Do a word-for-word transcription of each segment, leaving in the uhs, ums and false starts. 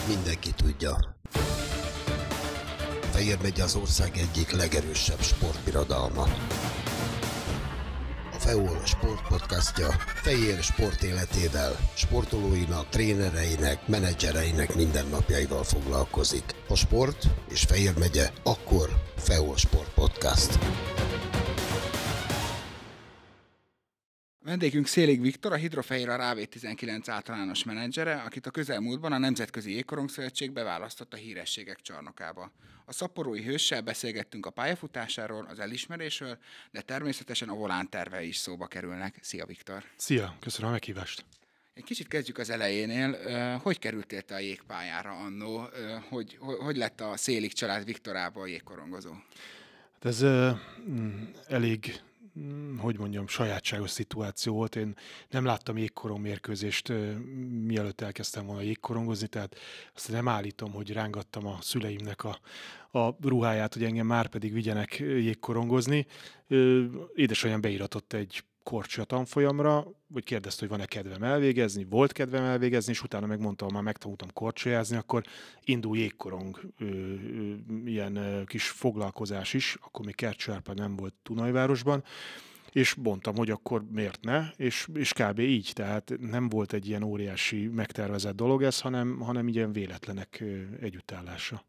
mindenki tudja. Fejér megye az ország egyik legerősebb sportbirodalma. A FEOL Sport podcastja Fejér sport életével, sportolóinak, trénereinek, menedzsereinek mindennapjaival foglalkozik. Ha sport és Fejér megye, akkor FEOL Sport Podcast. Vendégünk Szélig Viktor, a Hidrofehér a Rávé tizenkilenc általános menedzsere, akit a közelmúltban a Nemzetközi Jégkorongszövetség beválasztott a hírességek csarnokába. A szaporói hőssel beszélgettünk a pályafutásáról, az elismerésről, de természetesen a volán tervei is szóba kerülnek. Szia Viktor! Szia, köszönöm a meghívást! Egy kicsit kezdjük az elejénél. Hogy kerültél te a jégpályára annó? Hogy, hogy lett a Szélig család Viktorából jégkorongozó? Hát ez uh, elég... hogy mondjam, sajátságos szituáció volt. Én nem láttam jégkorong mérkőzést, mielőtt elkezdtem volna jégkorongozni, tehát azt nem állítom, hogy rángattam a szüleimnek a, a ruháját, hogy engem már pedig vigyenek jégkorongozni. Édesanyám beíratott egy korcsolya tanfolyamra, vagy kérdezte, hogy van-e kedvem elvégezni, volt kedvem elvégezni, és utána megmondta, ha már megtanultam korcsolyázni, akkor indul jégkorong, ö, ö, ilyen ö, kis foglalkozás is, akkor még Kercső Árpád nem volt Dunajvárosban, és mondtam, hogy akkor miért ne, és, és kb. Így, tehát nem volt egy ilyen óriási megtervezett dolog ez, hanem, hanem ilyen véletlenek ö, együttállása.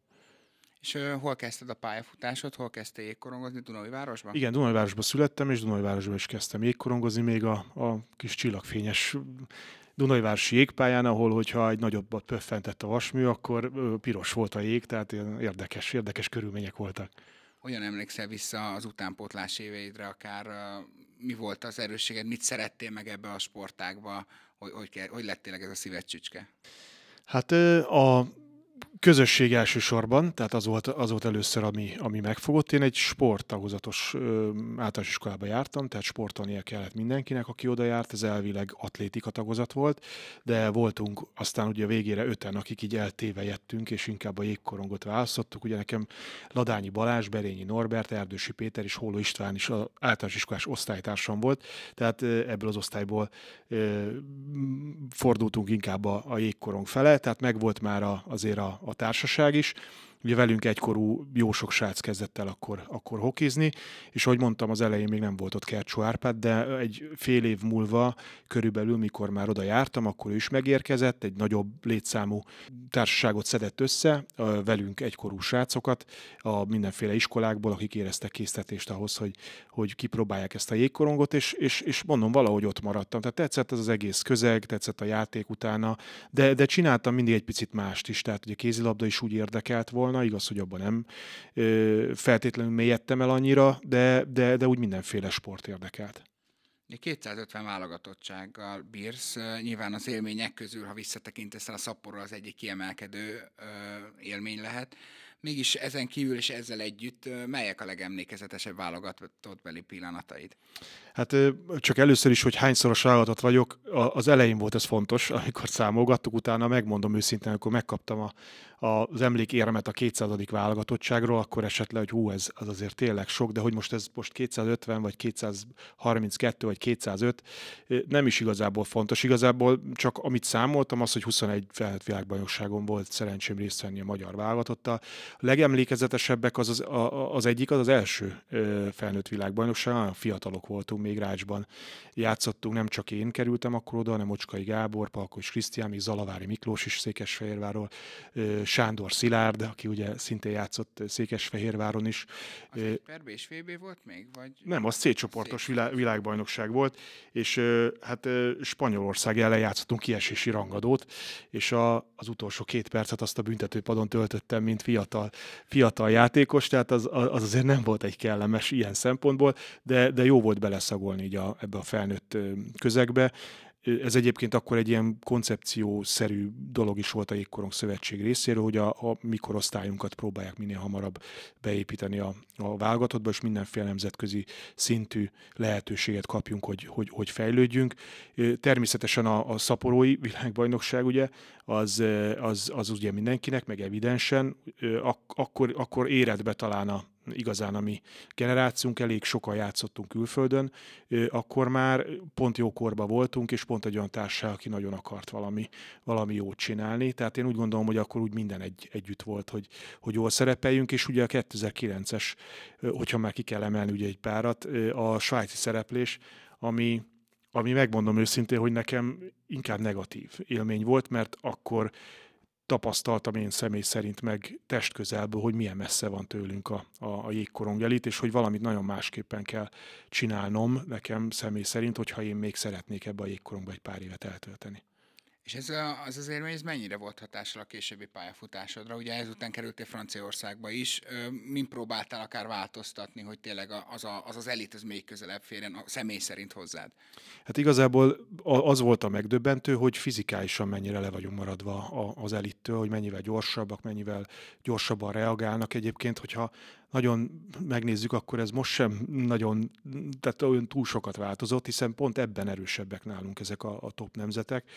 És uh, hol kezdted a pályafutásod, hol kezdtél jégkorongozni? Dunajvárosban? Igen, Dunajvárosban születtem, és Dunajvárosban is kezdtem jégkorongozni, még a, a kis csillagfényes Dunajvárosi jégpályán, ahol, hogyha egy nagyobbat pöffentett a vasmű, akkor ö, piros volt a jég, tehát érdekes, érdekes körülmények voltak. Hogyan emlékszel vissza az utánpótlás éveidre, akár uh, mi volt az erősséged, mit szerettél meg ebbe a sportágba, hogy, hogy, kell, hogy lettél ez a szíved csücske? Hát a közösség elsősorban, tehát az volt, az volt először, ami, ami megfogott. Én egy sporttagozatos ö, általános iskolába jártam, tehát sportolnia kellett mindenkinek, aki oda járt, ez elvileg atlétika tagozat volt, de voltunk aztán ugye a végére öten, akik így eltévejettünk, és inkább a jégkorongot választottuk. Ugye nekem Ladányi Balázs, Berényi Norbert, Erdősi Péter és Holló István is az általános iskolás osztálytársam volt, tehát ebből az osztályból ö, fordultunk inkább a, a jégkorong fele, tehát megvolt már a, azért a a társaság is. Ugye velünk egykorú jó sok srác kezdett el akkor, akkor hokizni, és ahogy mondtam, az elején még nem volt ott Kercső Árpád, de egy fél év múlva körülbelül, mikor már oda jártam, akkor ő is megérkezett, egy nagyobb létszámú társaságot szedett össze, velünk egykorú srácokat a mindenféle iskolákból, akik éreztek késztetést ahhoz, hogy, hogy kipróbálják ezt a jégkorongot, és, és, és mondom, valahogy ott maradtam. Tehát tetszett ez az egész közeg, tetszett a játék utána, de, de csináltam mindig egy picit mást is, tehát ugye kézilabda is úgy érdekelt volna, igaz, hogy abban nem ö, feltétlenül mélyedtem el annyira, de, de, de úgy mindenféle sport érdekelt. kétszázötven válogatottsággal bírsz, nyilván az élmények közül, ha visszatekintesz el, a Sapporo az egyik kiemelkedő ö, élmény lehet. Mégis ezen kívül és ezzel együtt melyek a legemlékezetesebb válogatottbeli pillanataid? Hát csak először is, hogy hányszoros válogatott vagyok, az elején volt ez fontos, amikor számolgattuk, utána megmondom őszintén, amikor megkaptam a, a, az emlékérmet a kétszázadik válogatottságról, akkor esett le, hogy hú, ez az azért tényleg sok, de hogy most ez most kétszázötven, vagy kétszázharminckettő, vagy kétszázöt, nem is igazából fontos. Igazából csak amit számoltam, az, hogy huszonegy felnőtt világbajnokságon volt szerencsém részt venni a magyar válogatottal. A legemlékezetesebbek az, az, az egyik, az az első felnőtt világbajnokság, nagyon fiatalok voltunk, még Rácsban játszottunk, nem csak én kerültem akkor oda, hanem Ocskai Gábor, Palkovics Krisztián, még Zalavári Miklós is Székesfehérvárról, Sándor Szilárd, aki ugye szintén játszott Székesfehérváron is. Az egy per bé és vé bé volt még? Vagy... Nem, az C-csoportos világ, világbajnokság volt, és hát Spanyolország ellen játszottunk kiesési rangadót, és a, az utolsó két percet azt a büntetőpadon töltöttem, mint fiatal, fiatal játékos, tehát az, az azért nem volt egy kellemes ilyen szempontból, de, de jó volt beleszagolni így a, ebbe a felnőtt közegbe. Ez egyébként akkor egy ilyen koncepciószerű dolog is volt a Jégkorong Szövetség részéről, hogy a, a mikorosztályunkat próbálják minél hamarabb beépíteni a, a válogatottba, és mindenféle nemzetközi szintű lehetőséget kapjunk, hogy, hogy, hogy fejlődjünk. Természetesen a, a szaporói világbajnokság ugye, az, az, az ugye mindenkinek, meg evidensen, ak, akkor, akkor éred be talán a igazán a mi generációnk, elég sokan játszottunk külföldön, akkor már pont jó korban voltunk, és pont egy olyan társaság, aki nagyon akart valami, valami jót csinálni. Tehát én úgy gondolom, hogy akkor úgy minden egy, együtt volt, hogy, hogy jól szerepeljünk, és ugye a kétezer-kilences, hogyha már ki kell emelni ugye egy párat, a svájci szereplés, ami, ami megmondom őszintén, hogy nekem inkább negatív élmény volt, mert akkor tapasztaltam én személy szerint meg testközelből, hogy milyen messze van tőlünk a, a, a jégkorong elit, és hogy valamit nagyon másképpen kell csinálnom nekem személy szerint, hogyha én még szeretnék ebbe a jégkorongba egy pár évet eltölteni. És ez a, az az élmény, ez mennyire volt hatással a későbbi pályafutásodra? Ugye ezután kerültél Franciaországba is. Min próbáltál akár változtatni, hogy tényleg az a, az, az elit az még közelebb férjen a személy szerint hozzád? Hát igazából az volt a megdöbbentő, hogy fizikálisan mennyire le vagyunk maradva az elittől, hogy mennyivel gyorsabbak, mennyivel gyorsabban reagálnak. Egyébként, hogyha nagyon megnézzük, akkor ez most sem nagyon, tehát olyan túl sokat változott, hiszen pont ebben erősebbek nálunk ezek a, a top nemzetek.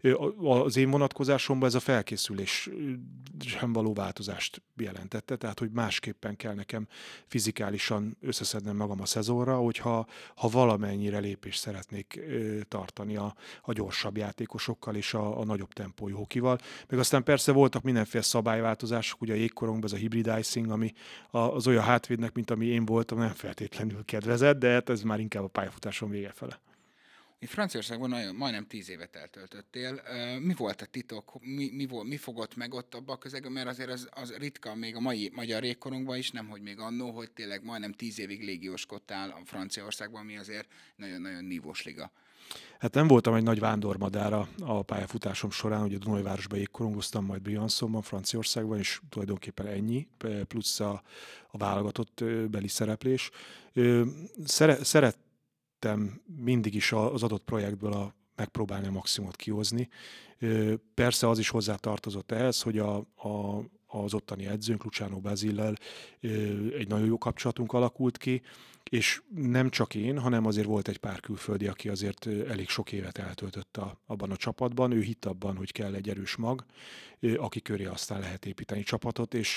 Az én vonatkozásomban ez a felkészülés sem való változást jelentette, tehát hogy másképpen kell nekem fizikálisan összeszednem magam a szezonra, hogyha ha valamennyire lépést szeretnék tartani a, a gyorsabb játékosokkal és a, a nagyobb tempójú hokival. Meg aztán persze voltak mindenféle szabályváltozások, ugye a jégkorongban ez a hibrid icing, ami a az olyan hátvédnek, mint ami én voltam, nem feltétlenül kedvezett, de hát ez már inkább a pályafutásom vége fele. Itt Franciaországban nagyon, majdnem tíz évet eltöltöttél. Mi volt a titok? Mi, mi, volt, mi fogott meg ott abban a közegben? Mert azért az, az ritka, még a mai magyar jégkorunkban is, nemhogy még annó, hogy tényleg majdnem tíz évig légióskodtál a Franciaországban, ami azért nagyon-nagyon nívós liga. Hát nem voltam egy nagy vándormadára a pályafutásom során, ugye Dunajvárosban jégkorongoztam, majd Briançonban, Franciaországban, és tulajdonképpen ennyi, plusz a, a válogatott beli szereplés. Szere, szerettem mindig is az adott projektből a, megpróbálni a maximumot kihozni. Persze az is hozzá tartozott ehhez, hogy a, a, az ottani edzőnk, Luciano Basile-lel egy nagyon jó kapcsolatunk alakult ki, és nem csak én, hanem azért volt egy pár külföldi, aki azért elég sok évet eltöltött a, abban a csapatban. Ő hitt abban, hogy kell egy erős mag, aki köré aztán lehet építeni csapatot, és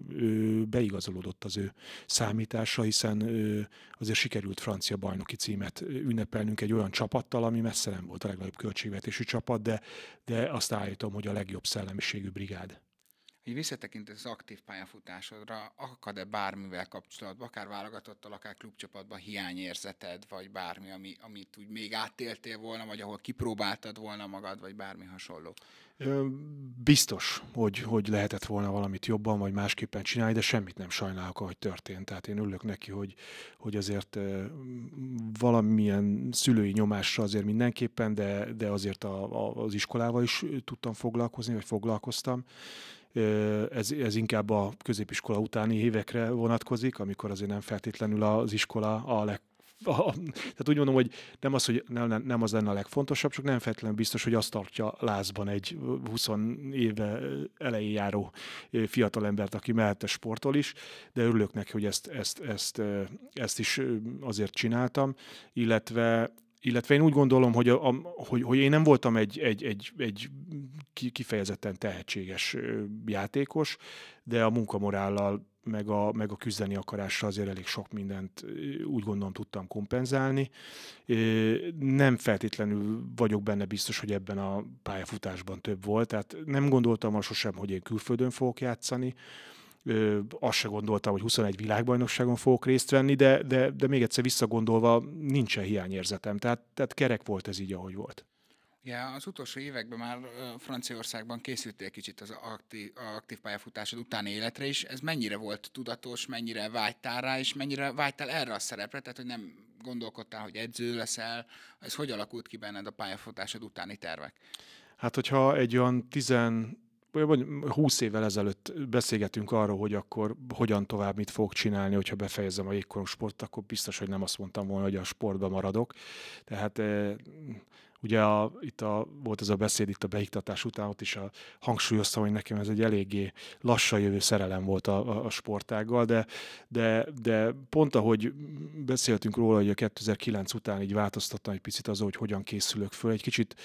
ő beigazolódott az ő számítása, hiszen azért sikerült francia bajnoki címet ünnepelnünk egy olyan csapattal, ami messze nem volt a legnagyobb költségvetésű csapat, de, de azt állítom, hogy a legjobb szellemiségű brigád. Hogy visszatekintesz az aktív pályafutásodra, akad-e bármivel kapcsolatban, akár válogatottal, akár klubcsapatban hiányérzeted, vagy bármi, ami, amit úgy még átéltél volna, vagy ahol kipróbáltad volna magad, vagy bármi hasonló? Biztos, hogy, hogy lehetett volna valamit jobban, vagy másképpen csinálni, de semmit nem sajnálok, ahogy történt. Tehát én örülök neki, hogy, hogy azért valamilyen szülői nyomásra azért mindenképpen, de, de azért a, a, az iskolával is tudtam foglalkozni, vagy foglalkoztam. Ez, ez inkább a középiskola utáni évekre vonatkozik, amikor azért nem feltétlenül az iskola a leg A, tehát úgy mondom, hogy nem az, hogy nem, nem az lenne a legfontosabb, csak nem feltétlenül biztos, hogy azt tartja lázban egy húsz éve elején járó fiatalembert, aki mellette sportol is, de örülök neki, hogy ezt, ezt, ezt, ezt is azért csináltam, illetve Illetve én úgy gondolom, hogy, a, a, hogy, hogy én nem voltam egy, egy, egy, egy kifejezetten tehetséges játékos, de a munkamorállal meg a, meg a küzdeni akarással azért elég sok mindent úgy gondolom tudtam kompenzálni. Nem feltétlenül vagyok benne biztos, hogy ebben a pályafutásban több volt, tehát nem gondoltam azt sosem, hogy én külföldön fogok játszani. Ö, azt se gondoltam, hogy huszonegy világbajnokságon fogok részt venni, de, de, de még egyszer visszagondolva nincsen hiányérzetem. Tehát, tehát kerek volt ez így, ahogy volt. Ja, az utolsó években már Franciaországban készültél kicsit az aktív, aktív pályafutásod utáni életre is. Ez mennyire volt tudatos, mennyire vágytál rá, és mennyire vágytál erre a szerepre? Tehát, hogy nem gondolkodtál, hogy edző leszel. Ez hogy alakult ki benned a pályafutásod utáni tervek? Hát, hogyha egy olyan tizen vagy húsz évvel ezelőtt beszélgetünk arról, hogy akkor hogyan tovább mit fogok csinálni, hogyha befejezem a jégkorong sportot, akkor biztos, hogy nem azt mondtam volna, hogy a sportban maradok. Tehát e, ugye a, itt a, volt ez a beszéd itt a beiktatás után, ott is a, hangsúlyoztam, hogy nekem ez egy eléggé lassan jövő szerelem volt a, a, a sportággal, de, de, de pont ahogy beszéltünk róla, hogy a kétezer-kilenc után így változtattam egy picit azon, hogy hogyan készülök föl, egy kicsit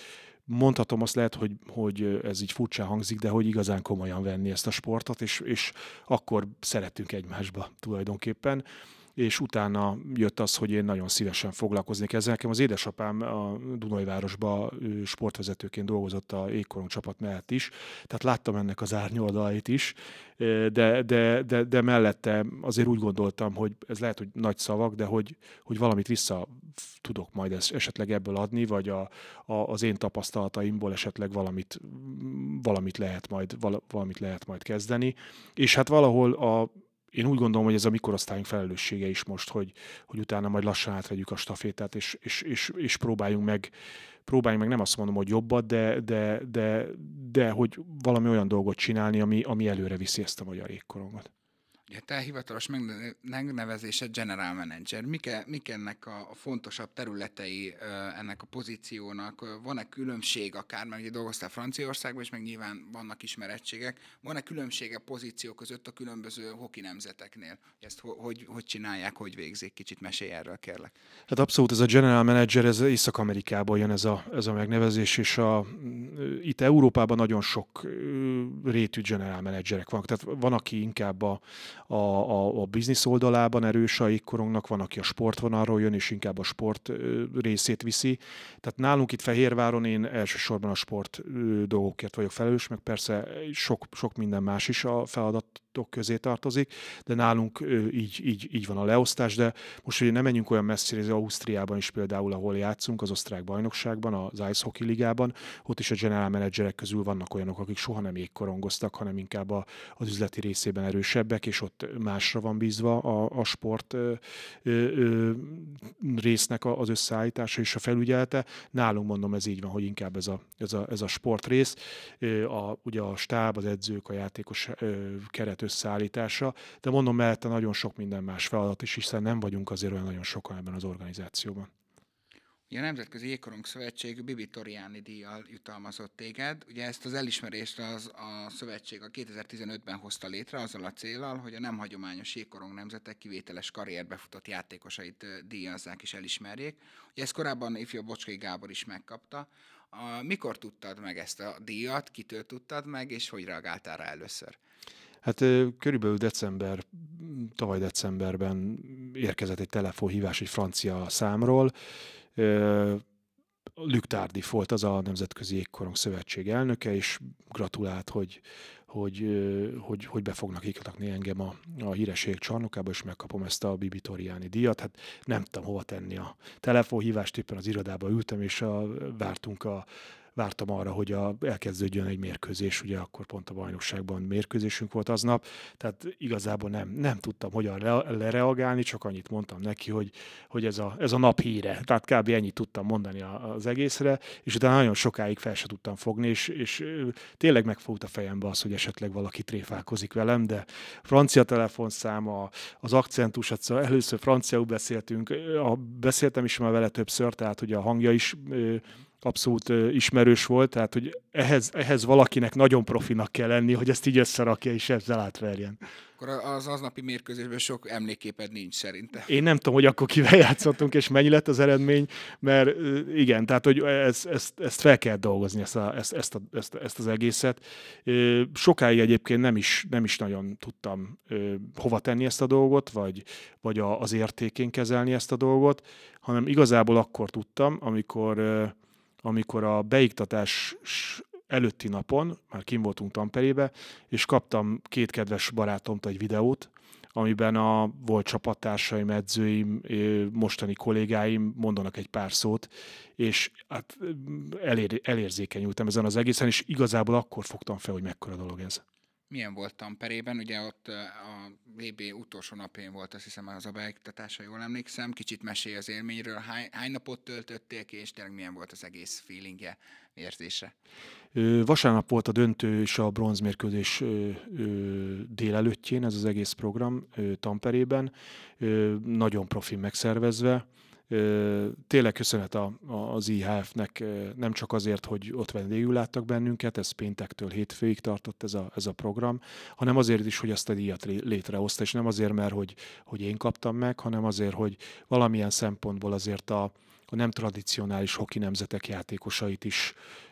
mondhatom azt lehet, hogy, hogy ez így furcsán hangzik, de hogy igazán komolyan venni ezt a sportot, és, és akkor szerettünk egymásba tulajdonképpen. És utána jött az, hogy én nagyon szívesen foglalkoznék ezzel. Nekem az édesapám a Dunajvárosban sportvezetőként dolgozott a Jégkorong csapat mellett is, tehát láttam ennek az árnyoldalait is, de, de, de, de mellette azért úgy gondoltam, hogy ez lehet, hogy nagy szavak, de hogy, hogy valamit vissza tudok majd esetleg ebből adni, vagy a, a, az én tapasztalataimból esetleg valamit, valamit, lehet majd, valamit lehet majd kezdeni. És hát valahol a én úgy gondolom, hogy ez a mi korosztályunk felelőssége is most, hogy, hogy utána majd lassan átvegyük a stafétát, és, és, és, és próbáljunk meg, próbáljunk meg nem azt mondom, hogy jobbat, de, de, de, de hogy valami olyan dolgot csinálni, ami, ami előre viszi ezt a magyar jégkorongot. Ugye te hivatalos megnevezésed General Manager. Mik, mik ennek a fontosabb területei ennek a pozíciónak? Van-e különbség akár, mert ugye dolgoztál Franciaországban, és meg nyilván vannak ismerettségek. Van-e különbség a pozíció között a különböző hoki nemzeteknél? Ezt hogy, hogy csinálják, hogy végzik? Kicsit mesélj erről, kérlek. Hát abszolút ez a General Manager, ez Észak-Amerikából jön ez a, ez a megnevezés, és a, itt Európában nagyon sok rétű General Managerek vannak. Tehát van, aki inkább a A, a, a biznisz oldalában erős a jégkorongnak, van, aki a sportvonalról jön, és inkább a sport részét viszi. Tehát nálunk itt Fehérváron én elsősorban a sport dolgokért vagyok felelős, meg persze sok, sok minden más is a feladatok közé tartozik, de nálunk így, így, így van a leosztás, de most ugye nem menjünk olyan messzire, az Ausztriában is például, ahol játszunk, az osztrák bajnokságban, az Ice Hockey Ligában, ott is a general managerek közül vannak olyanok, akik soha nem jégkorongoztak, hanem inkább a, az üzleti részében erősebbek, és ott másra van bízva a, a sport ö, ö, résznek az összeállítása és a felügyelete. Nálunk mondom, ez így van, hogy inkább ez a, ez a, ez a sport rész. A, ugye a stáb, az edzők, a játékos ö, keret összeállítása, de mondom, mellette nagyon sok minden más feladat is, hiszen nem vagyunk azért olyan nagyon sokan ebben az organizációban. Ugye a Nemzetközi Jégkorong Szövetség Bibi Toriani díjjal jutalmazott téged. Ugye ezt az elismerést az, a szövetség a kétezer-tizenötben hozta létre azzal a céllal, hogy a nem hagyományos jégkorong nemzetek kivételes karrierbe futott játékosait díjazzák és elismerjék. Ugye ezt korábban ifjú Bocskai Gábor is megkapta. A, mikor tudtad meg ezt a díjat, kitől tudtad meg, és hogy reagáltál rá először? Hát körülbelül december, tavaly decemberben érkezett egy telefonhívás egy francia számról. Luc Tardif volt az a Nemzetközi Jégkorong Szövetség elnöke, és gratulált, hogy, hogy, hogy, hogy be fognak iktatni engem a, a híresség csarnokába, és megkapom ezt a Bibi Toriani díjat. Hát nem tudtam hova tenni a telefonhívást, éppen az irodába ültem, és a, vártunk a Vártam arra, hogy a, elkezdődjön egy mérkőzés, ugye akkor pont a bajnokságban mérkőzésünk volt aznap, tehát igazából nem, nem tudtam hogyan lereagálni, csak annyit mondtam neki, hogy, hogy ez, a, ez a nap híre, tehát kb. Ennyit tudtam mondani az egészre, és utána nagyon sokáig fel se tudtam fogni, és, és tényleg megfogta a fejembe az, hogy esetleg valaki tréfálkozik velem, de francia telefonszáma, az akcentus, hát szóval először franciául beszéltünk, beszéltem is már vele többször, tehát ugye a hangja is abszolút ismerős volt, tehát hogy ehhez, ehhez valakinek nagyon profinak kell lenni, hogy ezt így összerakja és ezzel átverjen. Akkor az aznapi mérkőzésben sok emlékképed nincs szerintem. Én nem tudom, hogy akkor kivel játszottunk, és mennyi lett az eredmény, mert igen, tehát hogy ezt, ezt, ezt fel kell dolgozni, ezt, a, ezt, ezt, a, ezt, ezt az egészet. Sokáig egyébként nem is, nem is nagyon tudtam hova tenni ezt a dolgot, vagy, vagy az értékén kezelni ezt a dolgot, hanem igazából akkor tudtam, amikor amikor a beiktatás előtti napon, már kim voltunk Tamperébe, és kaptam két kedves barátomtól egy videót, amiben a volt csapattársaim, edzőim, mostani kollégáim mondanak egy pár szót, és hát elér, elérzékenyültem ezen az egészen, és igazából akkor fogtam fel, hogy mekkora dolog ez. Milyen volt Tamperében? Ugye ott a vé bé utolsó napján volt, azt hiszem, az a beiktatása, jól emlékszem. Kicsit mesélj az élményről. Hány, hány napot töltöttél ki, és tényleg milyen volt az egész feelingje, érzése? Vasárnap volt a döntő és a bronzmérkőzés délelőttjén, ez az egész program Tamperében. Nagyon profi megszervezve. Tényleg köszönet a, a, az i há ef-nek nem csak azért, hogy ott vendégül láttak bennünket, ez péntektől hétfőig tartott ez a, ez a program, hanem azért is, hogy ezt a díjat létrehozta, és nem azért, mert hogy, hogy én kaptam meg, hanem azért, hogy valamilyen szempontból azért a, a nem tradicionális hoki nemzetek játékosait is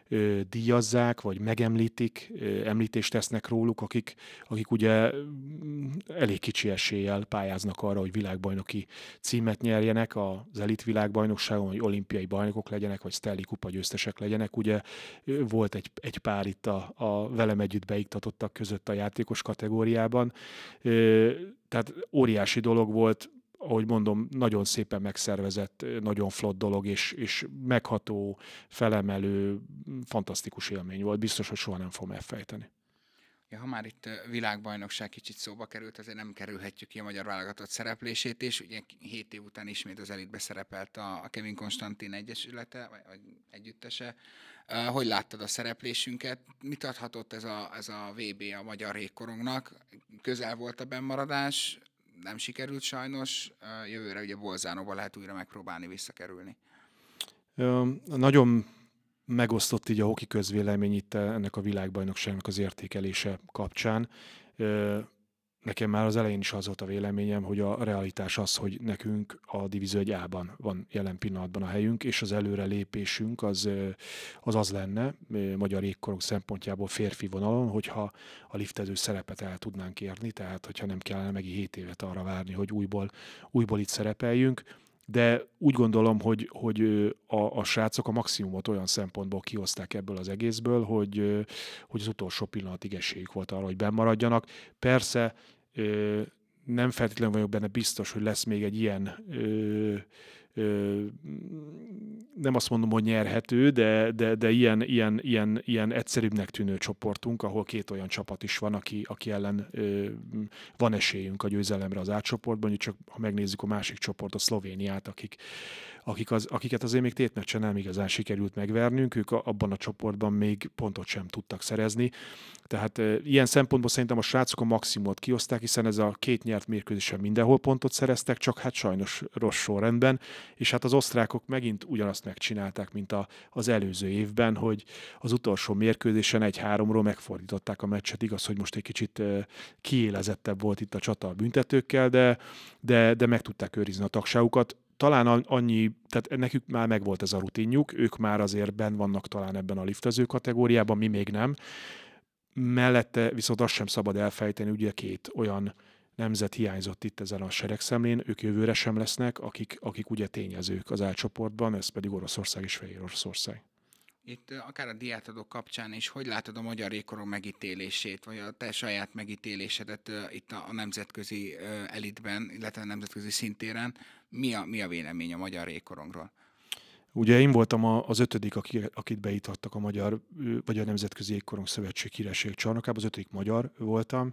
díjazzák, vagy megemlítik, említést tesznek róluk, akik, akik ugye elég kicsi eséllyel pályáznak arra, hogy világbajnoki címet nyerjenek az elit világbajnokságon, hogy olimpiai bajnokok legyenek, vagy Stanley kupa győztesek legyenek. Ugye volt egy, egy pár itt a, a velem együtt beiktatottak között a játékos kategóriában. Tehát óriási dolog volt, ahogy mondom, nagyon szépen megszervezett, nagyon flott dolog, és, és megható, felemelő, fantasztikus élmény volt. Biztos, hogy soha nem fogom elfejteni. Ja, ha már itt világbajnokság kicsit szóba került, azért nem kerülhetjük ki a magyar válogatott szereplését, és ugye hét év után ismét az elitbe szerepelt a Kevin Konstantin egyesülete, vagy együttese. Hogy láttad a szereplésünket? Mit adhatott ez a, ez a vé bé a magyar jégkorongnak? Közel volt a bennmaradás, nem sikerült sajnos, jövőre ugye Bolzánóba lehet újra megpróbálni visszakerülni. Ö, nagyon megosztott így a hoki közvélemény itt ennek a világbajnokságnak az értékelése kapcsán. Ö, nekem már az elején is az volt a véleményem, hogy a realitás az, hogy nekünk a Divízió egy A-ban van jelen pillanatban a helyünk, és az előrelépésünk az az, az lenne magyar jégkorong szempontjából férfi vonalon, hogyha a liftező szerepet el tudnánk érni, tehát hogyha nem kellene megint hét évet arra várni, hogy újból, újból itt szerepeljünk. De úgy gondolom, hogy, hogy a, a srácok a maximumot olyan szempontból kihozták ebből az egészből, hogy, hogy az utolsó pillanatig esélyük volt arra, hogy bennmaradjanak. Persze nem feltétlenül vagyok benne biztos, hogy lesz még egy ilyen, nem azt mondom, hogy nyerhető, de, de, de ilyen, ilyen, ilyen, ilyen egyszerűbbnek tűnő csoportunk, ahol két olyan csapat is van, aki, aki ellen van esélyünk a győzelemre az átcsoportban, csak ha megnézzük a másik csoport, a Szlovéniát, akik, akik az, akiket azért még tétmeccsen nem igazán sikerült megvernünk, ők abban a csoportban még pontot sem tudtak szerezni. Tehát e, ilyen szempontból szerintem a srácok a maximumot kihozták, hiszen ez a két nyert mérkőzésen mindenhol pontot szereztek, csak hát sajnos rossz sorrendben, és hát az osztrákok megint ugyanazt megcsinálták, mint a, az előző évben, hogy az utolsó mérkőzésen egy háromról megfordították a meccset. Igaz, hogy most egy kicsit e, kiélezettebb volt itt a csata a büntetőkkel, de, de, de meg tudták őrizni a tagságukat. Talán annyi, tehát nekük már megvolt ez a rutinjuk, ők már azért benn vannak talán ebben a liftező kategóriában, mi még nem. Mellette viszont azt sem szabad elfejteni, ugye két olyan nemzet hiányzott itt ezen a seregszemlén, ők jövőre sem lesznek, akik, akik ugye tényezők az álcsoportban, ez pedig Oroszország és Fehér Oroszország. Itt akár a diátadók kapcsán is, hogy látod a magyar jégkorong megítélését, vagy a te saját megítélésedet uh, itt a, a nemzetközi uh, elitben, illetve a nemzetközi szintéren? Mi a, mi a vélemény a magyar jégkorongról? Ugye én voltam az ötödik, akit beítottak a magyar, vagy a Nemzetközi Jégkorong Szövetség híresség csarnokában, az ötödik magyar voltam.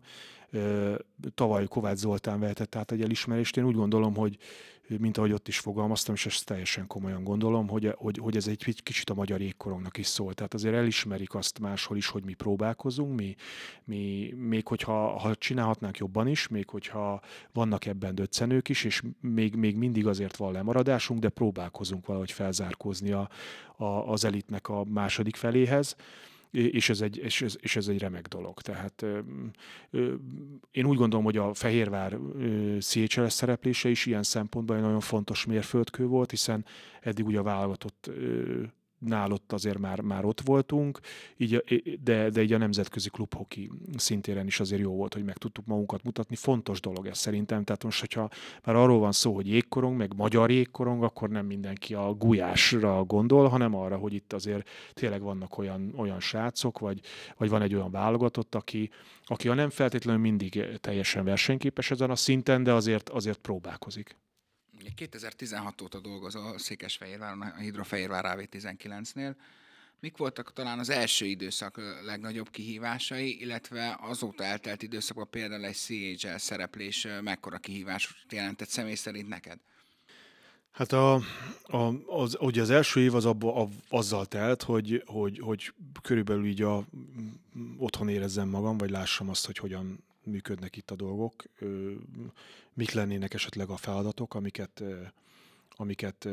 Tavaly Kovács Zoltán vehetett át egy elismerést. Én úgy gondolom, hogy mint ahogy ott is fogalmaztam, és ezt teljesen komolyan gondolom, hogy, hogy, hogy ez egy kicsit a magyar jégkorongnak is szól. Tehát azért elismerik azt máshol is, hogy mi próbálkozunk, mi, mi még hogyha ha csinálhatnánk jobban is, még hogyha vannak ebben döccenők is, és még, még mindig azért van lemaradásunk, de próbálkozunk valahogy felzárkózni a, a, az elitnek a második feléhez. És ez, egy, és, ez, és ez egy remek dolog. Tehát ö, ö, én úgy gondolom, hogy a Fehérvár cé há el es szereplése is ilyen szempontból egy nagyon fontos mérföldkő volt, hiszen eddig ugye a válogatott ö, nálott azért már, már ott voltunk, így, de, de így a nemzetközi klubhoki szintéren is azért jó volt, hogy meg tudtuk magunkat mutatni. Fontos dolog ez szerintem. Tehát most, hogyha már arról van szó, hogy jégkorong, meg magyar jégkorong, akkor nem mindenki a gulyásra gondol, hanem arra, hogy itt azért tényleg vannak olyan, olyan srácok, vagy, vagy van egy olyan válogatott, aki, aki a nem feltétlenül mindig teljesen versenyképes ezen a szinten, de azért, azért próbálkozik. kétezer-tizenhat óta dolgozol Székesfehérváron, a Hidrofehérvár á vé tizenkilencnél. Mik voltak talán az első időszak legnagyobb kihívásai, illetve azóta eltelt időszakban például egy cé há el szereplés mekkora kihívás jelentett személy szerint neked? Hát a, a, az, ugye az első év az abba, a, azzal telt, hogy, hogy, hogy körülbelül így a, otthon érezzem magam, vagy lássam azt, hogy hogyan működnek itt a dolgok, mik lennének esetleg a feladatok, amiket, amiket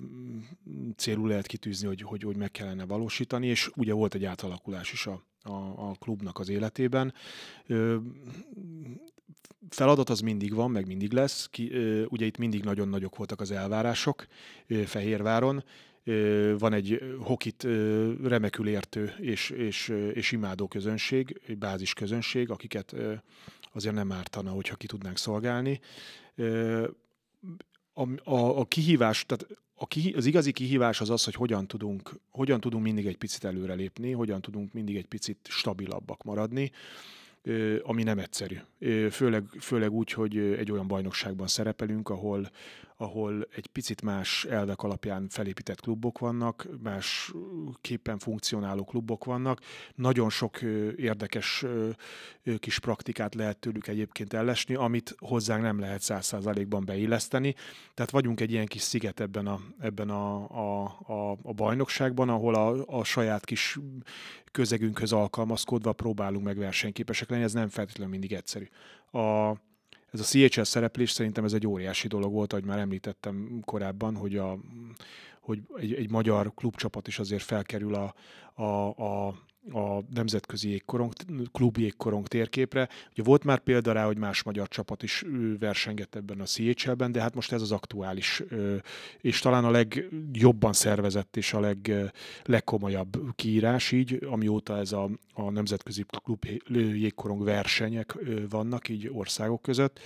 célul lehet kitűzni, hogy, hogy, hogy meg kellene valósítani, és ugye volt egy átalakulás is a, a, a klubnak az életében. Feladat az mindig van, meg mindig lesz. Ki, ugye itt mindig nagyon nagyok voltak az elvárások Fehérváron, van egy hokit remekül értő és, és, és imádó közönség, egy bázis közönség, akiket azért nem ártana, hogyha ki tudnánk szolgálni. A, a, a kihívás, tehát a kihi, az igazi kihívás az az, hogy hogyan tudunk, hogyan tudunk mindig egy picit előrelépni, hogyan tudunk mindig egy picit stabilabbak maradni, ami nem egyszerű. Főleg, főleg úgy, hogy egy olyan bajnokságban szerepelünk, ahol, ahol egy picit más elvek alapján felépített klubok vannak, más képpen funkcionáló klubok vannak. Nagyon sok érdekes kis praktikát lehet tőlük egyébként ellesni, amit hozzánk nem lehet száz százalékban beilleszteni. Tehát vagyunk egy ilyen kis sziget ebben a, ebben a, a, a, a bajnokságban, ahol a, a saját kis közegünkhöz alkalmazkodva próbálunk meg versenyképesek lenni, ez nem feltétlenül mindig egyszerű. A, ez a cé há el szereplés szerintem ez egy óriási dolog volt, ahogy már említettem korábban, hogy, a, hogy egy, egy magyar klubcsapat is azért felkerül a, a, a a nemzetközi jégkorong, klub jégkorong térképre. Ugye volt már példa rá, hogy más magyar csapat is versengett ebben a cé há el-ben, de hát most ez az aktuális, és talán a legjobban szervezett és a leg, legkomolyabb kiírás így, amióta ez a, a nemzetközi klub jégkorong versenyek vannak így országok között.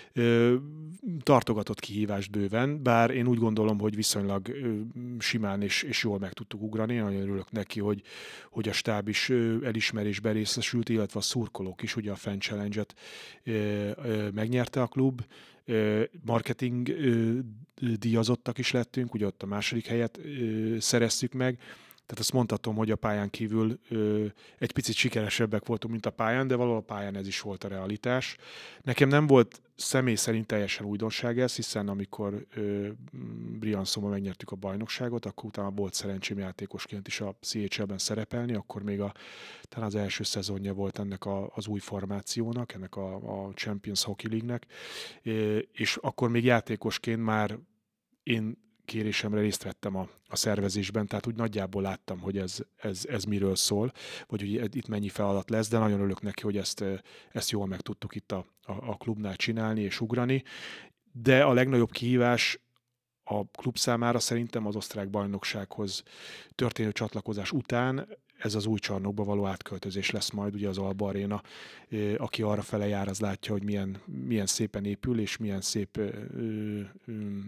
Tartogatott kihívás bőven, bár én úgy gondolom, hogy viszonylag simán és, és jól meg tudtuk ugrani. Én nagyon örülök neki, hogy, hogy a stáb is elismerésben részesült, illetve a szurkolók is, ugye a Fan Challenge-et megnyerte a klub. Marketing díjazottak is lettünk, ugye ott a második helyet szereztük meg. Tehát azt mondhatom, hogy a pályán kívül ö, egy picit sikeresebbek voltunk, mint a pályán, de valahol a pályán ez is volt a realitás. Nekem nem volt személy szerint teljesen újdonság ez, hiszen amikor ö, Briançonban megnyertük a bajnokságot, akkor utána volt szerencsém játékosként is a cé há el-ben szerepelni, akkor még a, talán az első szezonja volt ennek a, az új formációnak, ennek a, a Champions Hockey League-nek, és akkor még játékosként már én kérésemre részt vettem a, a szervezésben, tehát úgy nagyjából láttam, hogy ez, ez, ez miről szól, vagy hogy itt mennyi feladat lesz, de nagyon örülök neki, hogy ezt, ezt jól meg tudtuk itt a, a, a klubnál csinálni és ugrani. De a legnagyobb kihívás a klub számára szerintem az osztrák bajnoksághoz történő csatlakozás után ez az új csarnokba való átköltözés lesz majd, ugye az Alba Arena, aki arra fele jár, az látja, hogy milyen, milyen szépen épül, és milyen szép ö, ö,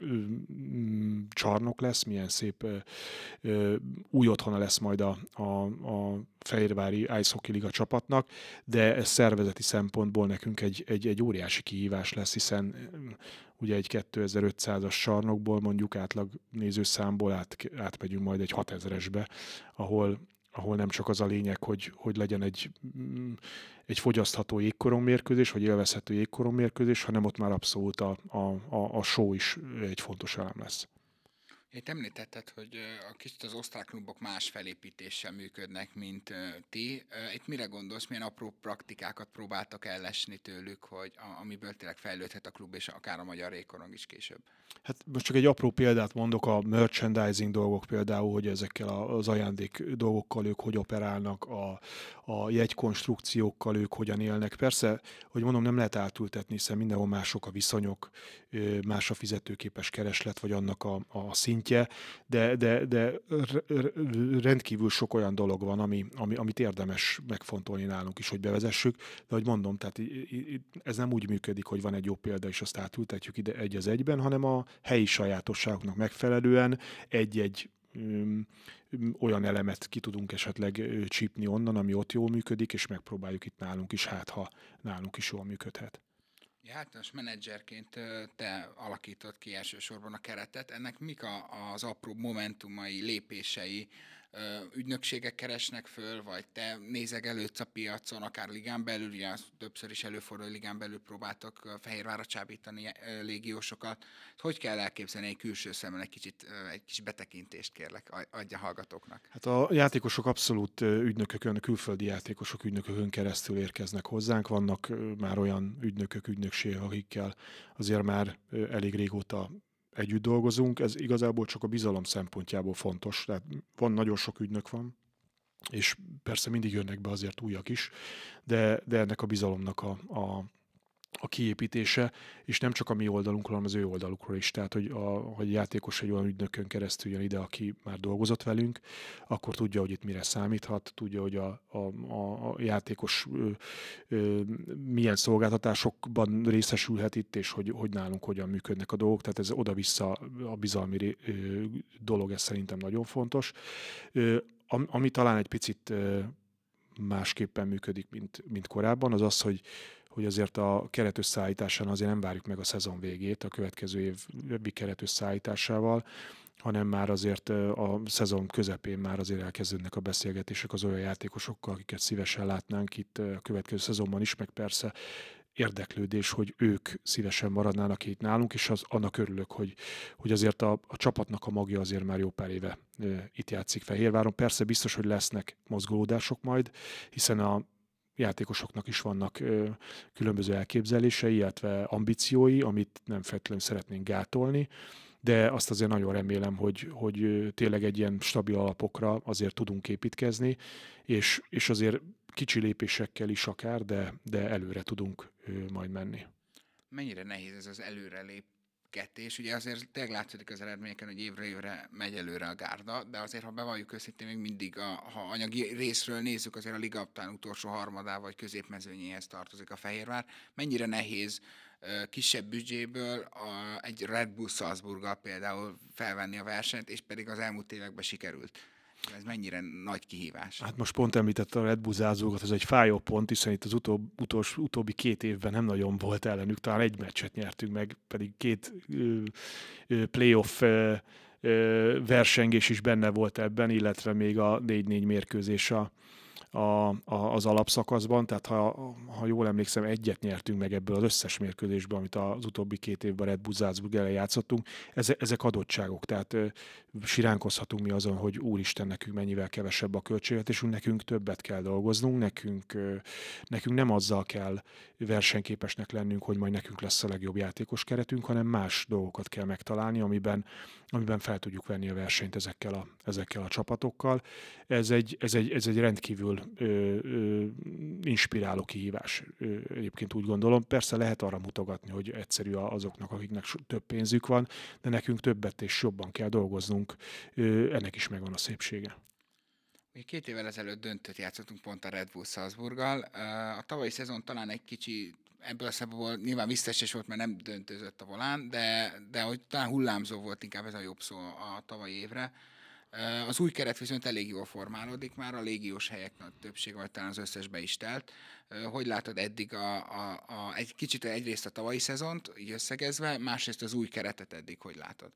csarnok lesz, milyen szép ö, ö, új otthona lesz majd a, a, a Fehérvári Ice Hockey Liga csapatnak, de ez szervezeti szempontból nekünk egy, egy, egy óriási kihívás lesz, hiszen ugye egy kétezer-ötszázas csarnokból mondjuk átlag nézőszámból át, átmegyünk majd egy hatezresbe, ahol ahol nem csak az a lényeg, hogy, hogy legyen egy, egy fogyasztható jégkorongmérkőzés, vagy élvezhető jégkorongmérkőzés, hanem ott már abszolút a, a, a show is egy fontos elem lesz. Itt említetted, hogy a kicsit az osztrák klubok más felépítéssel működnek, mint ti. Itt mire gondolsz, milyen apró praktikákat próbáltak ellesni tőlük, hogy amiből tényleg fejlődhet a klub, és akár a magyar jégkorong is később? Hát most csak egy apró példát mondok, a merchandising dolgok például, hogy ezekkel az ajándék dolgokkal ők hogy operálnak, a, a jegykonstrukciókkal ők hogyan élnek. Persze, hogy mondom, nem lehet átültetni, hiszen mindenhol mások a viszonyok, más a fizetőképes kereslet, vagy annak a, a szintje, de, de, de rendkívül sok olyan dolog van, ami, ami, amit érdemes megfontolni nálunk is, hogy bevezessük, de hogy mondom, tehát ez nem úgy működik, hogy van egy jó példa, és azt átültetjük ide egy az egyben, hanem a helyi sajátosságoknak megfelelően egy-egy öm, olyan elemet ki tudunk esetleg csípni onnan, ami ott jól működik, és megpróbáljuk itt nálunk is, hát ha nálunk is jól működhet. Ja, általános menedzserként te alakítod ki elsősorban a keretet. Ennek mik a, az apró momentumai, lépései? Ügynökségek keresnek föl, vagy te nézegelődsz a piacon, akár ligán belül, ugye többször is előfordul, hogy ligán belül próbáltok Fehérvárra csábítani légiósokat. Hogy kell elképzelni egy külső szemmel egy kicsit, egy kis betekintést kérlek, adja hallgatóknak? Hát a játékosok abszolút ügynökökön, külföldi játékosok ügynökökön keresztül érkeznek hozzánk. Vannak már olyan ügynökök, ügynökségek, akikkel azért már elég régóta együtt dolgozunk, ez igazából csak a bizalom szempontjából fontos, tehát van, nagyon sok ügynök van, és persze mindig jönnek be azért újak is, de, de ennek a bizalomnak a, a, a kiépítése, és nem csak a mi oldalunkról, hanem az ő oldalukról is. Tehát, hogy a, hogy a játékos egy olyan ügynökön keresztül jön ide, aki már dolgozott velünk, akkor tudja, hogy itt mire számíthat, tudja, hogy a, a, a, a játékos ö, ö, milyen szolgáltatásokban részesülhet itt, és hogy, hogy nálunk hogyan működnek a dolgok. Tehát ez oda-vissza a bizalmi ö, dolog, ez szerintem nagyon fontos. Ö, ami talán egy picit ö, másképpen működik, mint, mint korábban, az az, hogy hogy azért a keretösszeállításán azért nem várjuk meg a szezon végét a következő évi keretösszeállításával, hanem már azért a szezon közepén már azért elkezdődnek a beszélgetések az olyan játékosokkal, akiket szívesen látnánk itt a következő szezonban is, meg persze érdeklődés, hogy ők szívesen maradnának itt nálunk, és az, annak örülök, hogy, hogy azért a, a csapatnak a magja azért már jó pár éve e, itt játszik Fehérváron. Persze biztos, hogy lesznek mozgolódások majd, hiszen a játékosoknak is vannak ö, különböző elképzelései, illetve ambíciói, amit nem feltétlenül szeretnénk gátolni, de azt azért nagyon remélem, hogy, hogy tényleg egy ilyen stabil alapokra azért tudunk építkezni, és, és azért kicsi lépésekkel is akár, de, de előre tudunk ö, majd menni. Mennyire nehéz ez az előrelépgetés? Ugye azért tényleg látszódik az eredményeken, hogy évre évre megy előre a gárda, de azért, ha bevalljuk őszintén, még mindig, a, ha anyagi részről nézzük, azért a liga után utolsó harmadával vagy középmezőnyéhez tartozik a Fehérvár. Mennyire nehéz kisebb büdzséből a, egy Red Bull Salzburggal például felvenni a versenyt, és pedig az elmúlt években sikerült. Ez mennyire nagy kihívás? Hát most pont említette a Red Bull Salzburgot, ez egy fájó pont, hiszen itt az utóbb, utolsó, utóbbi két évben nem nagyon volt ellenük, talán egy meccset nyertünk meg, pedig két ö, ö, playoff ö, ö, versengés is benne volt ebben, illetve még a négy-négy mérkőzés a A, a, az alapszakaszban, tehát ha, ha jól emlékszem, egyet nyertünk meg ebből az összes mérkőzésből, amit az utóbbi két évben Red Bull Salzburg ellen játszottunk. Ezek, ezek adottságok, tehát ö, siránkozhatunk mi azon, hogy úristen, nekünk mennyivel kevesebb a költségvetésünk, nekünk többet kell dolgoznunk, nekünk, ö, nekünk nem azzal kell versenyképesnek lennünk, hogy majd nekünk lesz a legjobb játékos keretünk, hanem más dolgokat kell megtalálni, amiben, amiben fel tudjuk venni a versenyt ezekkel a, ezekkel a csapatokkal. Ez egy, ez egy, ez egy rendkívül Ö, ö, inspiráló kihívás, ö, egyébként úgy gondolom. Persze lehet arra mutogatni, hogy egyszerű azoknak, akiknek több pénzük van, de nekünk többet és jobban kell dolgoznunk, ö, ennek is megvan a szépsége. Két évvel ezelőtt döntőt játszottunk pont a Red Bull Salzburggal. A tavalyi szezon talán egy kicsi, ebből a szempontból nyilván visszaesés volt, mert nem döntőzött a volán, de, de hogy talán hullámzó volt, inkább ez a jobb szó a tavalyi évre. Az új keret viszont elég jól formálódik már, a légiós helyek nagy többsége, vagy talán az összes be is telt. Hogy látod eddig a, a, a, egy kicsit egyrészt a tavalyi szezont, így összegezve, másrészt az új keretet eddig, hogy látod?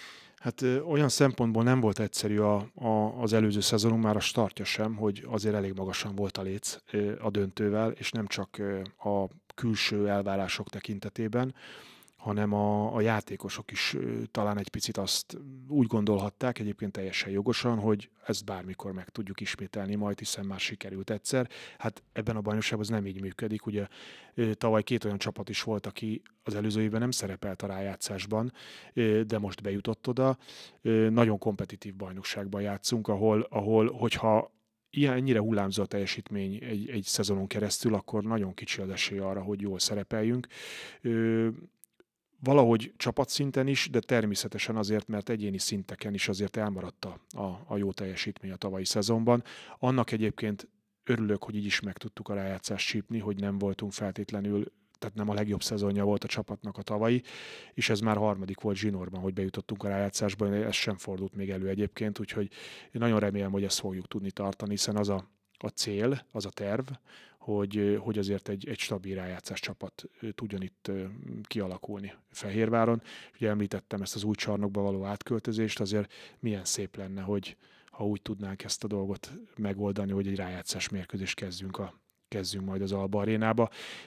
Hát ö, olyan szempontból nem volt egyszerű a, a, az előző szezonunk, már a startja sem, hogy azért elég magasan volt a léc ö, a döntővel, és nem csak ö, a külső elvárások tekintetében, hanem a, a játékosok is ö, talán egy picit azt úgy gondolhatták, egyébként teljesen jogosan, hogy ezt bármikor meg tudjuk ismételni majd, hiszen már sikerült egyszer. Hát ebben a bajnokságban ez nem így működik. Ugye ö, tavaly két olyan csapat is volt, aki az előző évben nem szerepelt a rájátszásban, ö, de most bejutott oda. Ö, nagyon kompetitív bajnokságban játszunk, ahol, ahol hogyha ilyen ennyire hullámzó a teljesítmény egy, egy szezonon keresztül, akkor nagyon kicsi az esély arra, hogy jól szerepeljünk. Ö, Valahogy csapatszinten is, de természetesen azért, mert egyéni szinteken is azért elmaradt a, a, a jó teljesítmény a tavalyi szezonban. Annak egyébként örülök, hogy így is meg tudtuk a rájátszást csípni, hogy nem voltunk feltétlenül, tehát nem a legjobb szezonja volt a csapatnak a tavalyi, és ez már harmadik volt zsinórban, hogy bejutottunk a rájátszásba, ez sem fordult még elő egyébként, úgyhogy én nagyon remélem, hogy ezt fogjuk tudni tartani, hiszen az a, a cél, az a terv, hogy, hogy azért egy, egy stabil rájátszás csapat tudjon itt kialakulni Fehérváron. Ugye említettem ezt az új csarnokba való átköltözést, azért milyen szép lenne, hogy ha úgy tudnánk ezt a dolgot megoldani, hogy egy rájátszás mérkőzést kezdjünk a kezdjünk majd az Alba Arénába.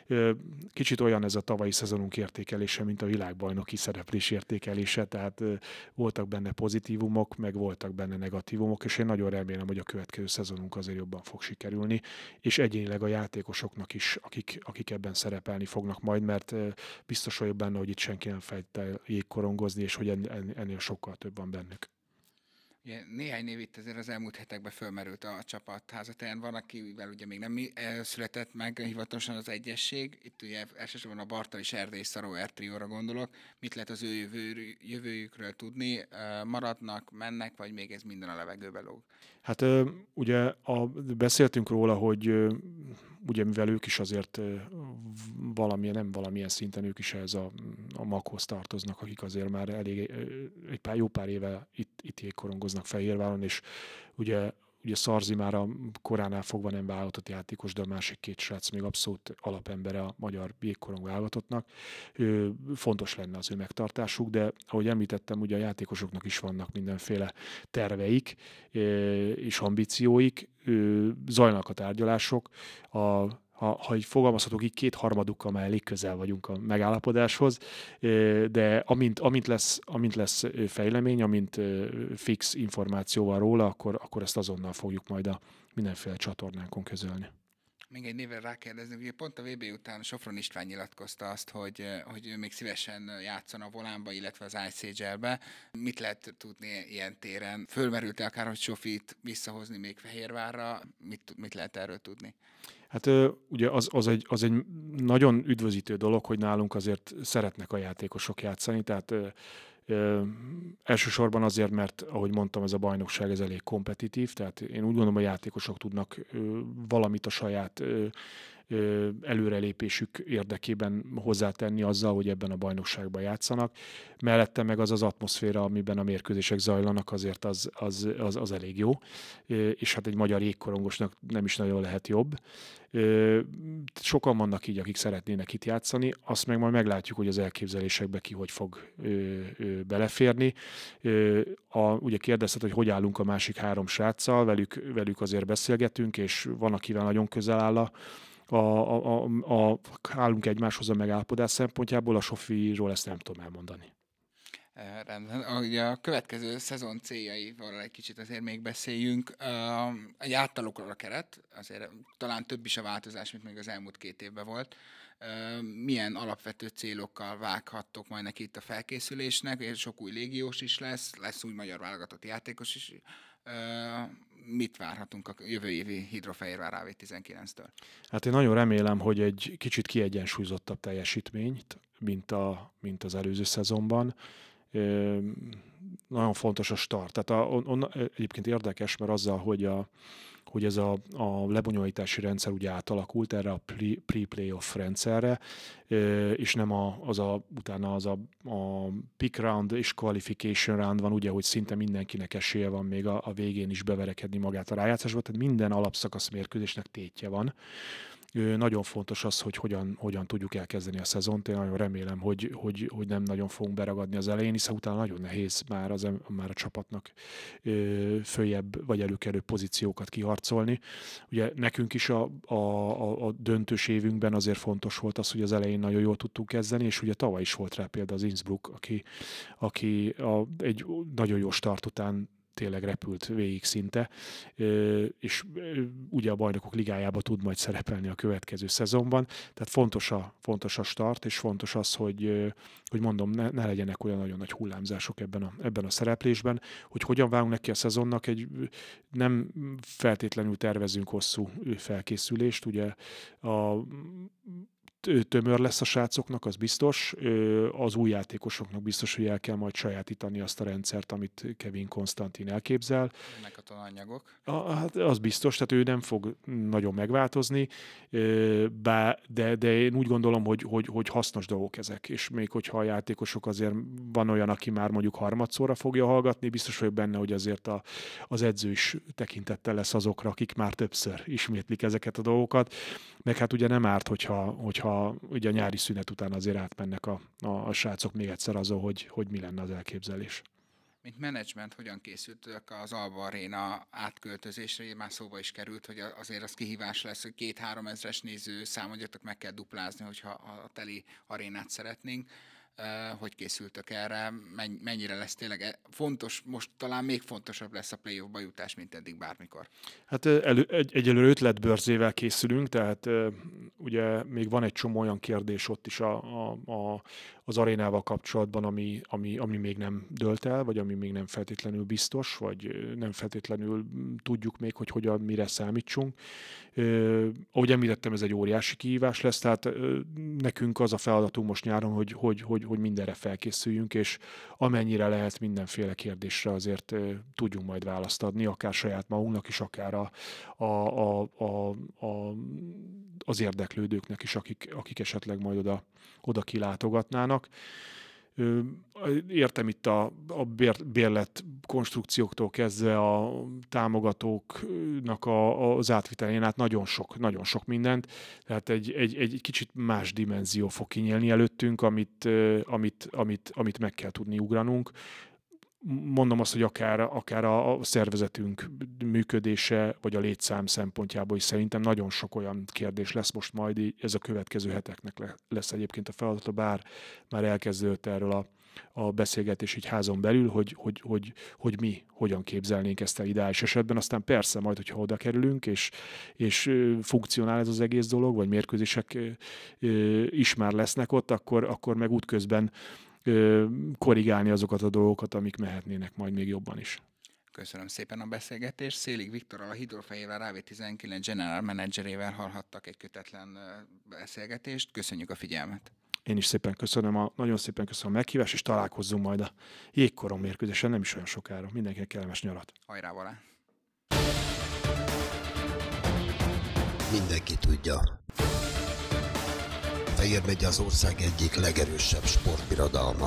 Kicsit olyan ez a tavalyi szezonunk értékelése, mint a világbajnoki szereplés értékelése, tehát voltak benne pozitívumok, meg voltak benne negatívumok, és én nagyon remélem, hogy a következő szezonunk azért jobban fog sikerülni, és egyénileg a játékosoknak is, akik, akik ebben szerepelni fognak majd, mert biztos vagyok benne, hogy itt senki nem fejt el jégkorongozni, és hogy ennél sokkal több van bennük. Ugye, néhány név itt azért az elmúlt hetekben fölmerült a csapat házatáján. Van, akivel ugye még nem született meg hivatalosan az egyesség. Itt ugye elsősorban a Bartal és Erdély Szaró trióra gondolok. Mit lehet az ő jövő, jövőjükről tudni? Maradnak, mennek, vagy még ez minden a levegőbe lóg? Hát ugye a, beszéltünk róla, hogy ugye mivel ők is azért valamilyen, nem valamilyen szinten ők is ehhez a, a maghoz tartoznak, akik azért már elég egy pár, jó pár éve itt, itt jégkorongoznak Fehérváron, és ugye Ugye Szarzi már a koránál fogva nem válogatott játékos, de a másik két srác még abszolút alapembere a magyar jégkorong válogatottnak. Fontos lenne az ő megtartásuk, de ahogy említettem, ugye a játékosoknak is vannak mindenféle terveik és ambícióik, zajlanak a tárgyalások, a Ha, ha így fogalmazhatok, így kétharmadukkal már elég közel vagyunk a megállapodáshoz, de amint, amint, lesz, amint lesz fejlemény, amint fix információval róla, akkor, akkor ezt azonnal fogjuk majd a mindenféle csatornánkon közölni. Még egy névre rákérdezni, ugye pont a vé bé után Sofron István nyilatkozta azt, hogy, hogy ő még szívesen játszon a Volánba, illetve az Ice Age-elbe. Mit lehet tudni ilyen téren? Fölmerült-e akár, hogy Sofit visszahozni még Fehérvárra? Mit, mit lehet erről tudni? Hát ugye az, az, egy, az egy nagyon üdvözítő dolog, hogy nálunk azért szeretnek a játékosok játszani, tehát ö, ö, elsősorban azért, mert ahogy mondtam, ez a bajnokság ez elég kompetitív, tehát én úgy gondolom, a játékosok tudnak ö, valamit a saját ö, ö, előrelépésük érdekében hozzátenni azzal, hogy ebben a bajnokságban játszanak. Mellette meg az az atmoszféra, amiben a mérkőzések zajlanak, azért az, az, az, az elég jó, és hát egy magyar jégkorongosnak nem is nagyon lehet jobb. Sokan vannak így, akik szeretnének itt játszani, azt meg majd meglátjuk, hogy az elképzelésekbe ki hogy fog ö, ö, beleférni. Ö, a, ugye kérdezted, hogy hogy állunk a másik három sráccal, velük, velük azért beszélgetünk, és van, akivel nagyon közel áll a A, a, a, a, állunk egymáshoz a megállapodás szempontjából, a Sofiról ezt nem tudom elmondani. Rendben. Ugye a következő szezon céljaival egy kicsit azért még beszéljünk. Egy áttalokról a keret, azért talán több is a változás, mint még az elmúlt két évben volt. Milyen alapvető célokkal vághattok majd neki itt a felkészülésnek? Sok új légiós is lesz, lesz új magyar válogatott játékos is. Mit várhatunk a jövő évi Hidrofehérvár á vé tizenkilenctől? Hát én nagyon remélem, hogy egy kicsit kiegyensúlyozottabb teljesítményt, mint, a, mint az előző szezonban. Nagyon fontos a start. Tehát a, on, egyébként érdekes, mert azzal, hogy, a, hogy ez a, a lebonyolítási rendszer ugye átalakult erre a pre-playoff rendszerre, és nem a, az a, utána az a, a pick round és qualification round van, ugye, hogy szinte mindenkinek esélye van még a, a végén is beverekedni magát a rájátszásba, tehát minden alapszakasz mérkőzésnek tétje van. Nagyon fontos az, hogy hogyan, hogyan tudjuk elkezdeni a szezont. Én nagyon remélem, hogy, hogy, hogy nem nagyon fogunk beragadni az elején, hiszen utána nagyon nehéz már, az, már a csapatnak följebb vagy előkerül pozíciókat kiharcolni. Ugye nekünk is a, a, a döntős évünkben azért fontos volt az, hogy az elején nagyon jól tudtunk kezdeni, és ugye tavaly is volt rá például az Innsbruck, aki, aki a, egy nagyon jó start után tényleg repült végig szinte, és ugye a Bajnokok Ligájába tud majd szerepelni a következő szezonban. Tehát fontos a, fontos a start, és fontos az, hogy, hogy mondom, ne, ne legyenek olyan nagyon nagy hullámzások ebben a, ebben a szereplésben, hogy hogyan vágunk neki a szezonnak, egy nem feltétlenül tervezünk hosszú felkészülést, ugye a tömör lesz a srácoknak, az biztos. Az új játékosoknak biztos, hogy el kell majd sajátítani azt a rendszert, amit Kevin Konstantin elképzel. Ennek a tananyagok. Hát az biztos, tehát ő nem fog nagyon megváltozni, de, de én úgy gondolom, hogy, hogy, hogy hasznos dolgok ezek, és még hogyha a játékosok azért van olyan, aki már mondjuk harmadszorra fogja hallgatni, biztos vagyok benne, hogy azért a, az edző is tekintettel lesz azokra, akik már többször ismétlik ezeket a dolgokat, meg hát ugye nem árt, hogyha, hogyha ugye a nyári szünet után azért átmennek a, a, a srácok még egyszer azon, hogy, hogy mi lenne az elképzelés. Mint menedzsment, hogyan készültök az Alba Aréna átköltözésre? Már szóba is került, hogy azért az kihívás lesz, hogy két-három ezres néző számodjatok meg kell duplázni, hogyha a teli arénát szeretnénk. Hogy készültök erre? Mennyire lesz tényleg fontos, most talán még fontosabb lesz a play-offba jutás, mint eddig bármikor? Hát elő, egy, egyelőre ötletbörzével készülünk, tehát ugye még van egy csomó olyan kérdés ott is a, a, a, az arénával kapcsolatban, ami, ami, ami még nem dölt el, vagy ami még nem feltétlenül biztos, vagy nem feltétlenül tudjuk még, hogy hogyan, mire számítsunk. Ahogy említettem, ez egy óriási kihívás lesz, tehát nekünk az a feladatunk most nyáron, hogy, hogy, hogy, hogy mindenre felkészüljünk, és amennyire lehet mindenféle kérdésre azért tudjunk majd választ adni, akár saját magunknak is, akár a, a, a, a, a, az érdeklődőknek is, akik, akik esetleg majd oda, oda kilátogatnának. Értem itt a, a bér, bérlet konstrukcióktól kezdve a támogatóknak a, az átvitelén át nagyon sok, nagyon sok mindent. Tehát egy, egy, egy kicsit más dimenzió fog kinyílni előttünk, amit, amit, amit, amit meg kell tudni ugranunk. Mondom azt, hogy akár, akár a szervezetünk működése, vagy a létszám szempontjából is szerintem nagyon sok olyan kérdés lesz most majd, ez a következő heteknek lesz egyébként a feladata, bár már elkezdődött erről a, a beszélgetés így házon belül, hogy, hogy, hogy, hogy mi hogyan képzelnénk ezt el ideális esetben. Aztán persze majd, hogyha oda kerülünk, és, és funkcionál ez az egész dolog, vagy mérkőzések is már lesznek ott, akkor, akkor meg útközben korrigálni azokat a dolgokat, amik mehetnének majd még jobban is. Köszönöm szépen a beszélgetést. Szélig Viktorral, a Hidrofehérvár á vé tizenkilenc General Managerével hallhattak egy kötetlen beszélgetést. Köszönjük a figyelmet. Én is szépen köszönöm, a, nagyon szépen köszönöm a meghívást, és találkozzunk majd a jégkoron mérkőzésen, nem is olyan sokára. Mindenkinek kellemes nyarat. Hajrá, Balá! Mindenki tudja. Fejér megye az ország egyik legerősebb sportbirodalma.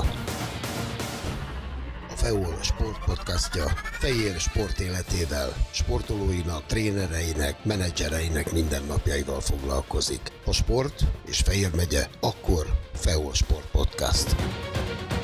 A FEOL Sport Podcastja Fejér sport életével, sportolóinak, trénereinek, menedzsereinek mindennapjaival foglalkozik. A sport és Fejér megye, akkor FEOL Sport Podcast.